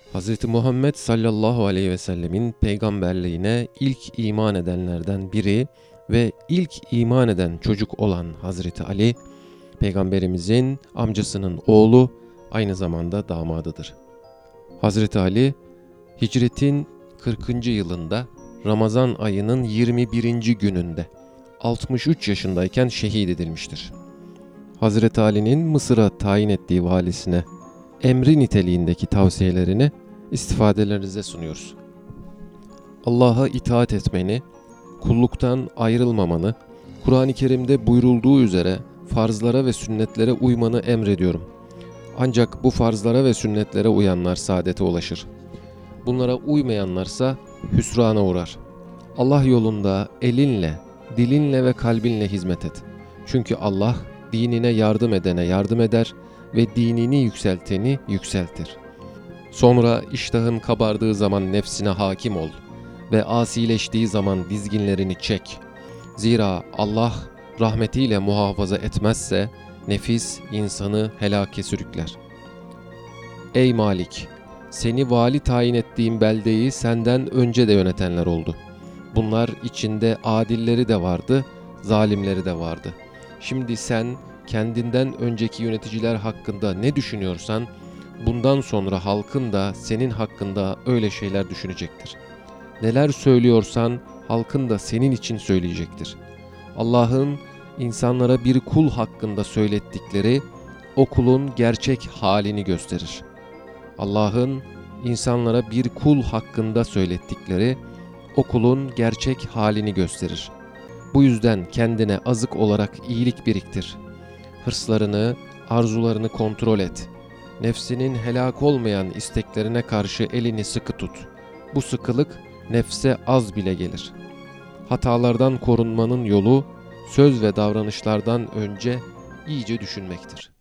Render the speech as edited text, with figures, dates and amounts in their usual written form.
Hz. Muhammed sallallahu aleyhi ve sellemin peygamberliğine ilk iman edenlerden biri ve ilk iman eden çocuk olan Hazreti Ali, peygamberimizin amcasının oğlu, aynı zamanda damadıdır. Hazreti Ali, hicretin 40. yılında Ramazan ayının 21. gününde 63 yaşındayken şehit edilmiştir. Hazreti Ali'nin Mısır'a tayin ettiği valisine emri niteliğindeki tavsiyelerini istifadelerinize sunuyoruz. Allah'a itaat etmeni, kulluktan ayrılmamanı, Kur'an-ı Kerim'de buyurulduğu üzere farzlara ve sünnetlere uymanı emrediyorum. Ancak bu farzlara ve sünnetlere uyanlar saadete ulaşır. Bunlara uymayanlarsa hüsrana uğrar. Allah yolunda elinle, dilinle ve kalbinle hizmet et. Çünkü Allah dinine yardım edene yardım eder ve dinini yükselteni yükseltir. Sonra iştahın kabardığı zaman nefsine hakim ol ve asileştiği zaman dizginlerini çek. Zira Allah rahmetiyle muhafaza etmezse nefis insanı helake sürükler. Ey Malik! Seni vali tayin ettiğim beldeyi senden önce de yönetenler oldu. Bunlar içinde adilleri de vardı, zalimleri de vardı. Şimdi sen kendinden önceki yöneticiler hakkında ne düşünüyorsan, bundan sonra halkın da senin hakkında öyle şeyler düşünecektir. Neler söylüyorsan halkın da senin için söyleyecektir. Allah'ın insanlara bir kul hakkında söylettikleri o kulun gerçek halini gösterir. Allah'ın insanlara bir kul hakkında söylettikleri o kulun gerçek halini gösterir. Bu yüzden kendine azık olarak iyilik biriktir. Hırslarını, arzularını kontrol et. Nefsinin helak olmayan isteklerine karşı elini sıkı tut. Bu sıkılık nefse az bile gelir. Hatalardan korunmanın yolu söz ve davranışlardan önce iyice düşünmektir.